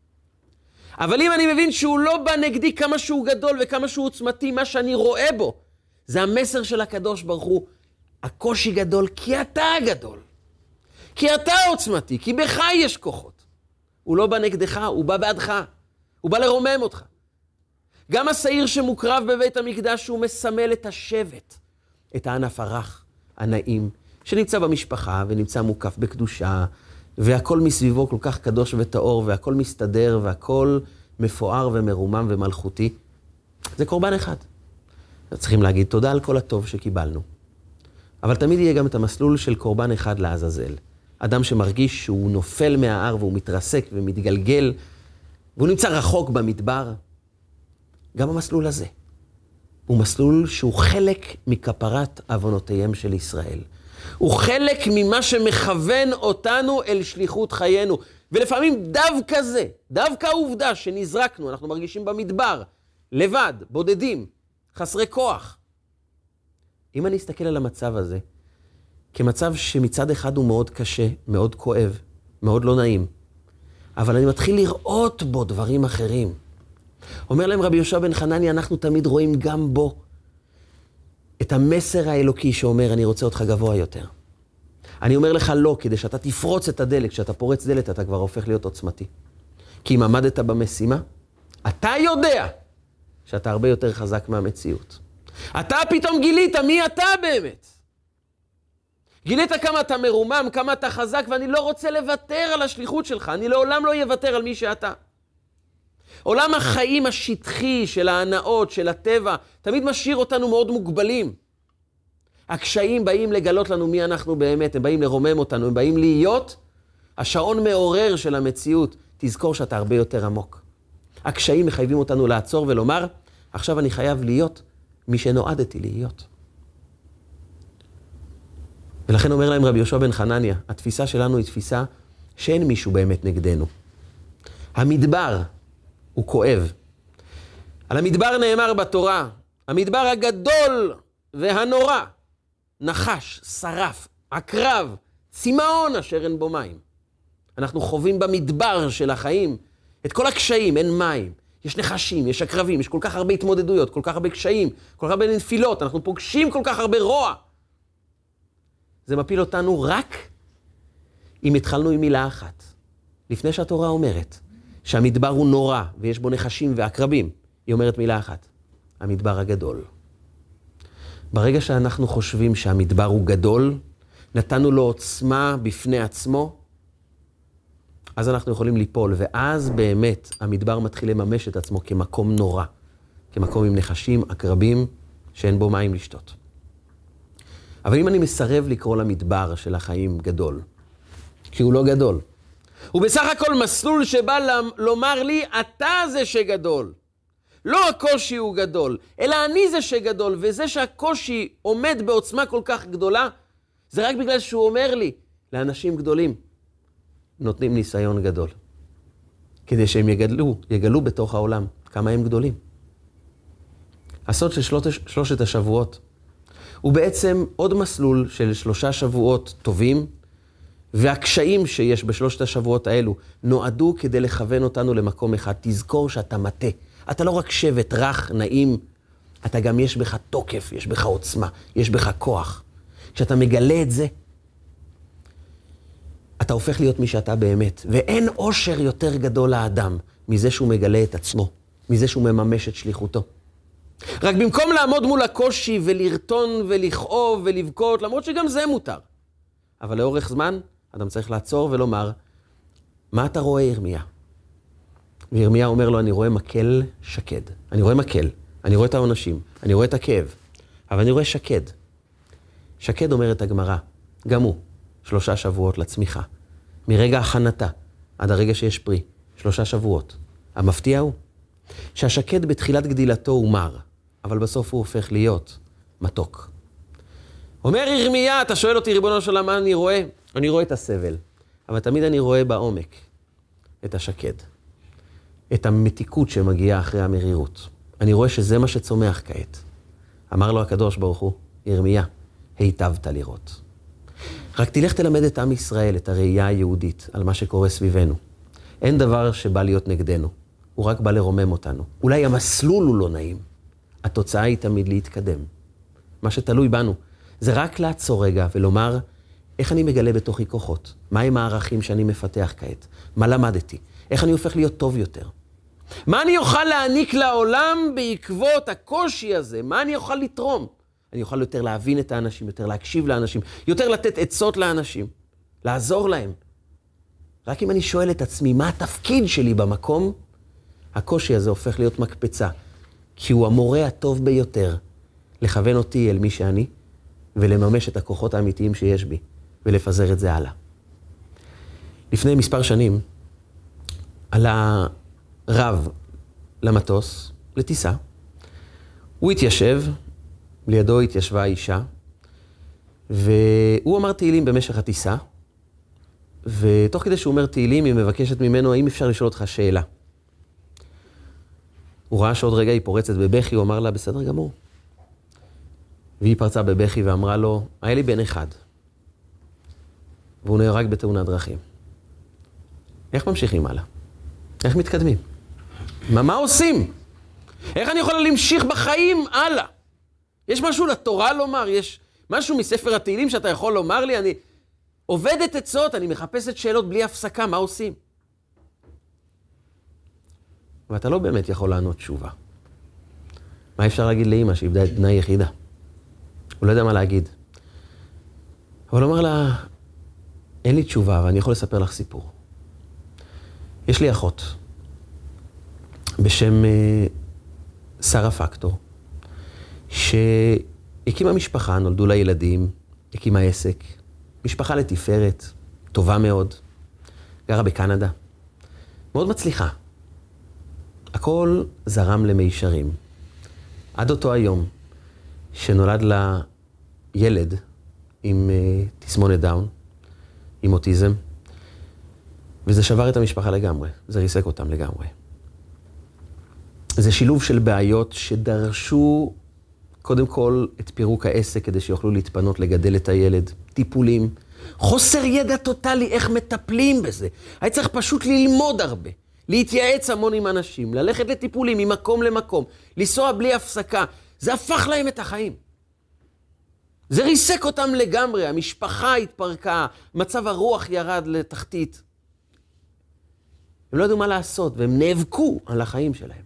אבל אם אני מבין שהוא לא בא נגדי כמה שהוא גדול וכמה שהוא עוצמתי, מה שאני רואה בו, זה המסר של הקדוש ברוך הוא, הקושי גדול כי אתה גדול. כי אתה עוצמתי, כי בך יש כוחות. הוא לא בא נגדך, הוא בא בעדך. הוא בא לרומם אותך. גם השעיר שמוקרב בבית המקדש, הוא מסמל את השבט, את הענף הרך, הנעים, שנמצא במשפחה ונמצא מוקף בקדושה, והכל מסביבו כל כך קדוש וטהור, והכל מסתדר, והכל מפואר ומרומם ומלכותי. זה קורבן אחד. צריכים להגיד תודה על כל הטוב שקיבלנו. אבל תמיד יהיה גם את המסלול של קורבן אחד לעזאזל. אדם שמרגיש שהוא נופל מההר והוא מתרסק ומתגלגל, והוא נמצא רחוק במדבר. גם המסלול הזה הוא מסלול שהוא חלק מכפרת עוונותיהם של ישראל. הוא חלק ממה שמכוון אותנו אל שליחות חיינו. ולפעמים דווקא זה, דווקא העובדה שנזרקנו, אנחנו מרגישים במדבר, לבד, בודדים, חסרי כוח. אם אני אסתכל על המצב הזה, כמצב שמצד אחד הוא מאוד קשה, מאוד כואב, מאוד לא נעים, אבל אני מתחיל לראות בו דברים אחרים. אומר להם רבי יהושע בן חנניה, אנחנו תמיד רואים גם בו את המסר האלוקי שאומר, אני רוצה אותך גבוה יותר. אני אומר לך לא, כדי שאתה תפרוץ את הדלת, כשאתה פורץ דלת אתה כבר הופך להיות עוצמתי. כי אם עמדת במשימה, אתה יודע שאתה הרבה יותר חזק מהמציאות. אתה פתאום גילית מי אתה באמת. גילית כמה אתה מרומם, כמה אתה חזק, ואני לא רוצה לוותר על השליחות שלך. אני לעולם לא יוותר על מי שאתה. עולם החיים השטחי של ההנאות, של הטבע, תמיד משאיר אותנו מאוד מוגבלים. הקשיים באים לגלות לנו מי אנחנו באמת, הם באים לרומם אותנו, הם באים להיות השעון מעורר של המציאות. תזכור שאתה הרבה יותר עמוק. הקשיים מחייבים אותנו לעצור ולומר, עכשיו אני חייב להיות מי שנועדתי להיות. ולכן אומר להם רבי יהושע בן חנניה, התפיסה שלנו היא תפיסה שאין מישהו באמת נגדנו. המדבר הוא כואב. על המדבר נאמר בתורה, המדבר הגדול והנורא, נחש, שרף, עקרב, צמאון אשר אין בו מים. אנחנו חווים במדבר של החיים את כל הקשיים, אין מים. יש נחשים, יש עקרבים, יש כל כך הרבה התמודדויות, כל כך הרבה קשיים, כל כך הרבה נפילות, אנחנו פוגשים כל כך הרבה רוע. זה מפיל אותנו רק אם התחלנו עם מילה אחת. לפני שהתורה אומרת שהמדבר הוא נורא ויש בו נחשים ועקרבים, היא אומרת מילה אחת, המדבר הגדול. ברגע שאנחנו חושבים שהמדבר הוא גדול, נתנו לו עוצמה בפני עצמו, אז אנחנו יכולים ליפול, ואז באמת המדבר מתחיל לממש את עצמו כמקום נורא, כמקום עם נחשים, עקרבים, שאין בו מים לשתות. אבל אם אני מסרב לקרוא למדבר של החיים גדול, כי הוא לא גדול, הוא בסך הכל מסלול שבא לומר לי, אתה זה שגדול. לא הקושי הוא גדול, אלא אני זה שגדול, וזה שהקושי עומד בעוצמה כל כך גדולה, זה רק בגלל שהוא אומר לי, לאנשים גדולים, נותנים ניסיון גדול. כדי שהם יגלו, יגלו בתוך העולם כמה הם גדולים. הסוד של שלוש, שלושת השבועות הוא בעצם עוד מסלול של שלושה שבועות טובים, והקשיים שיש בשלושת השבועות האלו נועדו כדי לכוון אותנו למקום אחד. תזכור שאתה מטה. אתה לא רק שבט רך, נעים, אתה גם יש בך תוקף, יש בך עוצמה, יש בך כוח. כשאתה מגלה את זה, אתה הופך להיות מי שאתה באמת. ואין עושר יותר גדול לאדם מזה שהוא מגלה את עצמו, מזה שהוא מממש את שליחותו. רק במקום לעמוד מול הקושי ולרטון ולכאוב ולבכות, למרות שגם זה מותר. אבל לאורך זמן, אדם צריך לעצור ולומר, מה אתה רואה ירמיה? וירמיה אומר לו, אני רואה מקל שקד. אני רואה מקל, אני רואה את העונשים, אני רואה את הכאב, אבל אני רואה שקד. שקד אומרת הגמרא, גם הוא, שלושה שבועות לצמיחה. מרגע הכנתה עד הרגע שיש פרי, שלושה שבועות. המפתיע הוא שהשקד בתחילת גדילתו הוא מר, אבל בסוף הוא הופך להיות מתוק. אומר ירמיה, אתה שואל אותי ריבונו של עולם, מה אני רואה? אני רואה את הסבל, אבל תמיד אני רואה בעומק את השקד, את המתיקות שמגיעה אחרי המרירות. אני רואה שזה מה שצומח כעת. אמר לו הקדוש ברוך הוא, ירמיה, היטבת לראות. רק תלך תלמד את עם ישראל, את הראייה היהודית, על מה שקורה סביבנו. אין דבר שבא להיות נגדנו, הוא רק בא לרומם אותנו. אולי המסלול הוא לא נעים, התוצאה היא תמיד להתקדם. מה שתלוי בנו, זה רק לעצור רגע ולומר, איך אני מגלה בתוכי כוחות? מהם הערכים שאני מפתח כעת? מה למדתי? איך אני הופך להיות טוב יותר? מה אני אוכל להעניק לעולם בעקבות הקושי הזה? מה אני אוכל לתרום? אני אוכל יותר להבין את האנשים, יותר להקשיב לאנשים, יותר לתת עצות לאנשים, לעזור להם. רק אם אני שואל את עצמי, מה התפקיד שלי במקום? הקושי הזה הופך להיות מקפצה, כי הוא המורה הטוב ביותר לכוון אותי אל מי שאני, ולממש את הכוחות האמיתיים שיש בי, ולפזר את זה הלאה. לפני מספר שנים, עלה רב למטוס, לטיסה. הוא התיישב, לידו התיישבה אישה, והוא אמר תהילים במשך הטיסה, ותוך כדי שהוא אומר תהילים, היא מבקשת ממנו, האם אפשר לשאול אותך שאלה? הוא ראה שעוד רגע היא פורצת בבכי, הוא אמר לה, בסדר גמור. והיא פרצה בבכי ואמרה לו, היה לי בן אחד, והוא נהרג בתאונת דרכים. איך ממשיכים הלאה? איך מתקדמים? מה, מה עושים? איך אני יכולה להמשיך בחיים הלאה? יש משהו לתורה לומר? יש משהו מספר התהילים שאתה יכול לומר לי? אני עובדת עצות, אני מחפשת שאלות בלי הפסקה, מה עושים? ואתה לא באמת יכול לענות תשובה. מה אפשר להגיד לאמא שאיבדה את בנה יחידה? הוא לא יודע מה להגיד. אבל הוא אומר לה, אין לי תשובה, אבל אני יכול לספר לך סיפור. יש לי אחות. בשם uh, שרה פקטור, שהקימה משפחה, נולדו לה ילדים, הקימה עסק, משפחה לתפארת, טובה מאוד, גרה בקנדה, מאוד מצליחה. הכל זרם למישרים. עד אותו היום, שנולד לה ילד עם uh, תסמונת דאון, עם אוטיזם, וזה שבר את המשפחה לגמרי, זה ריסק אותם לגמרי. זה שילוב של בעיות שדרשו קודם כל את פירוק העסק כדי שיוכלו להתפנות לגדל את הילד, טיפולים, חוסר ידע טוטלי איך מטפלים בזה. היה צריך פשוט ללמוד הרבה, להתייעץ המון עם אנשים, ללכת לטיפולים ממקום למקום, לנסוע בלי הפסקה. זה הפך להם את החיים. זה ריסק אותם לגמרי, המשפחה התפרקה, מצב הרוח ירד לתחתית. הם לא ידעו מה לעשות, והם נאבקו על החיים שלהם.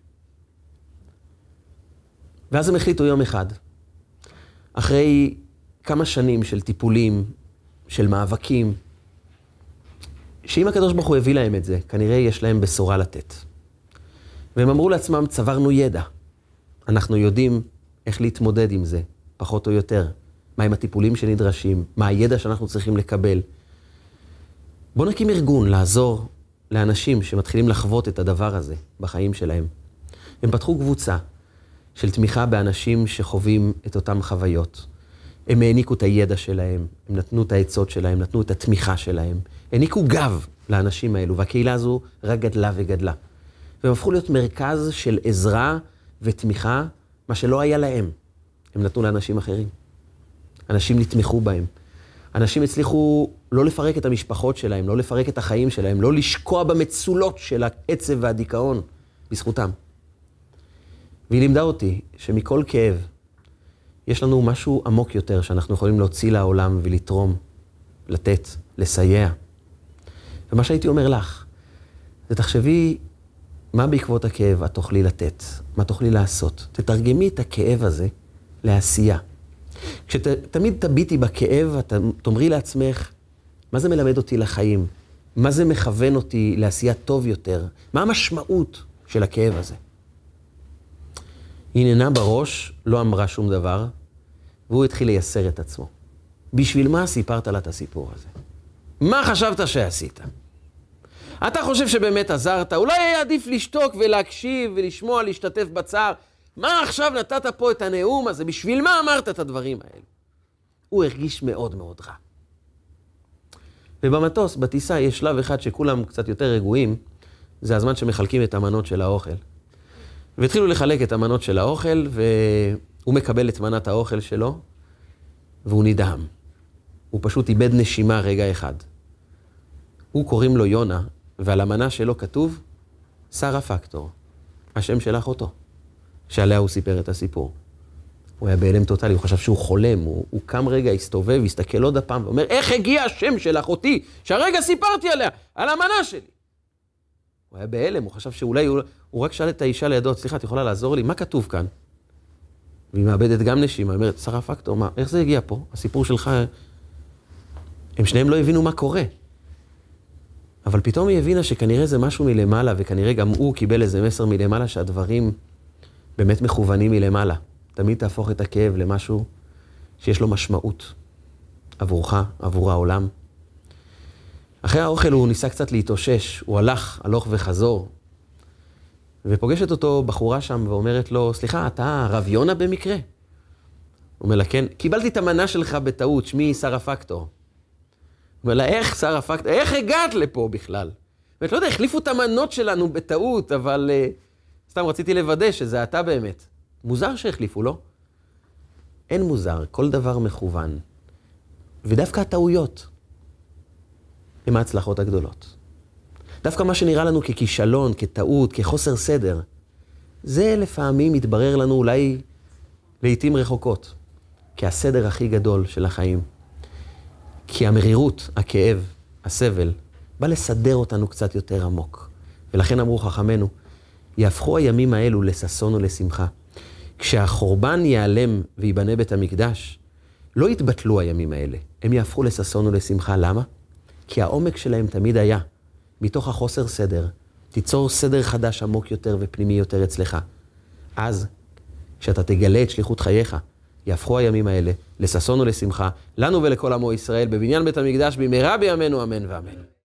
ואז הם החליטו יום אחד, אחרי כמה שנים של טיפולים, של מאבקים, שאם הקדוש ברוך הוא הביא להם את זה, כנראה יש להם בשורה לתת. והם אמרו לעצמם, צברנו ידע. אנחנו יודעים איך להתמודד עם זה, פחות או יותר. מהם הטיפולים שנדרשים, מה הידע שאנחנו צריכים לקבל. בואו נקים ארגון לעזור לאנשים שמתחילים לחוות את הדבר הזה בחיים שלהם. הם פתחו קבוצה של תמיכה באנשים שחווים את אותם חוויות. הם העניקו את הידע שלהם, הם נתנו את העצות שלהם, נתנו את התמיכה שלהם, העניקו גב לאנשים האלו, והקהילה הזו רק גדלה וגדלה. והם הפכו להיות מרכז של עזרה ותמיכה, מה שלא היה להם. הם נתנו לאנשים אחרים. אנשים נתמכו בהם. אנשים הצליחו לא לפרק את המשפחות שלהם, לא לפרק את החיים שלהם, לא לשקוע במצולות של העצב והדיכאון בזכותם. והיא לימדה אותי שמכל כאב יש לנו משהו עמוק יותר שאנחנו יכולים להוציא לעולם ולתרום, לתת, לסייע. ומה שהייתי אומר לך, זה תחשבי מה בעקבות הכאב את תוכלי לתת, מה תוכלי לעשות. תתרגמי את הכאב הזה לעשייה. כשתמיד תביטי בכאב, את תאמרי לעצמך, מה זה מלמד אותי לחיים? מה זה מכוון אותי לעשייה טוב יותר? מה המשמעות של הכאב הזה? היא נהנה בראש, לא אמרה שום דבר, והוא התחיל לייסר את עצמו. בשביל מה סיפרת לה את הסיפור הזה? מה חשבת שעשית? אתה חושב שבאמת עזרת? אולי היה עדיף לשתוק ולהקשיב ולשמוע, להשתתף בצער. מה עכשיו נתת פה את הנאום הזה? בשביל מה אמרת את הדברים האלה? הוא הרגיש מאוד מאוד רע. ובמטוס, בטיסה, יש שלב אחד שכולם קצת יותר רגועים, זה הזמן שמחלקים את המנות של האוכל. והתחילו לחלק את המנות של האוכל, והוא מקבל את מנת האוכל שלו, והוא נדהם. הוא פשוט איבד נשימה רגע אחד. הוא קוראים לו יונה, ועל המנה שלו כתוב, שרה פקטור, השם של אחותו, שעליה הוא סיפר את הסיפור. הוא היה בהלם טוטלי, הוא חשב שהוא חולם, הוא, הוא קם רגע, הסתובב, הסתכל עוד הפעם, ואומר, איך הגיע השם של אחותי, שהרגע סיפרתי עליה, על המנה שלי? הוא היה בהלם, הוא חשב שאולי, הוא, הוא רק שאל את האישה לידו, סליחה, את יכולה לעזור לי? מה כתוב כאן? והיא מאבדת גם נשימה, היא אומרת, שרה פקטור, מה, איך זה הגיע פה? הסיפור שלך, הם שניהם לא הבינו מה קורה. אבל פתאום היא הבינה שכנראה זה משהו מלמעלה, וכנראה גם הוא קיבל איזה מסר מלמעלה, שהדברים באמת מכוונים מלמעלה. תמיד תהפוך את הכאב למשהו שיש לו משמעות עבורך, עבור העולם. אחרי האוכל הוא ניסה קצת להתאושש, הוא הלך, הלוך וחזור, ופוגשת אותו בחורה שם ואומרת לו, סליחה, אתה רב יונה במקרה? הוא אומר לה, כן, קיבלתי את המנה שלך בטעות, שמי שרה פקטור. הוא אומר לה, איך שרה פקטור? איך הגעת לפה בכלל? ואת לא יודע, החליפו את המנות שלנו בטעות, אבל uh, סתם רציתי לוודא שזה אתה באמת. מוזר שהחליפו, לא? אין מוזר, כל דבר מכוון. ודווקא הטעויות הם ההצלחות הגדולות. דווקא מה שנראה לנו ככישלון, כטעות, כחוסר סדר, זה לפעמים מתברר לנו אולי לעתים רחוקות, כהסדר הכי גדול של החיים. כי המרירות, הכאב, הסבל, בא לסדר אותנו קצת יותר עמוק. ולכן אמרו חכמינו, יהפכו הימים האלו לששון ולשמחה. כשהחורבן ייעלם ויבנה בית המקדש, לא יתבטלו הימים האלה. הם יהפכו לששון ולשמחה. למה? כי העומק שלהם תמיד היה, מתוך החוסר סדר, תיצור סדר חדש עמוק יותר ופנימי יותר אצלך. אז, כשאתה תגלה את שליחות חייך, יהפכו הימים האלה לששון ולשמחה, לנו ולכל עמו ישראל, בבניין בית המקדש, במהרה בימינו, אמן ואמן.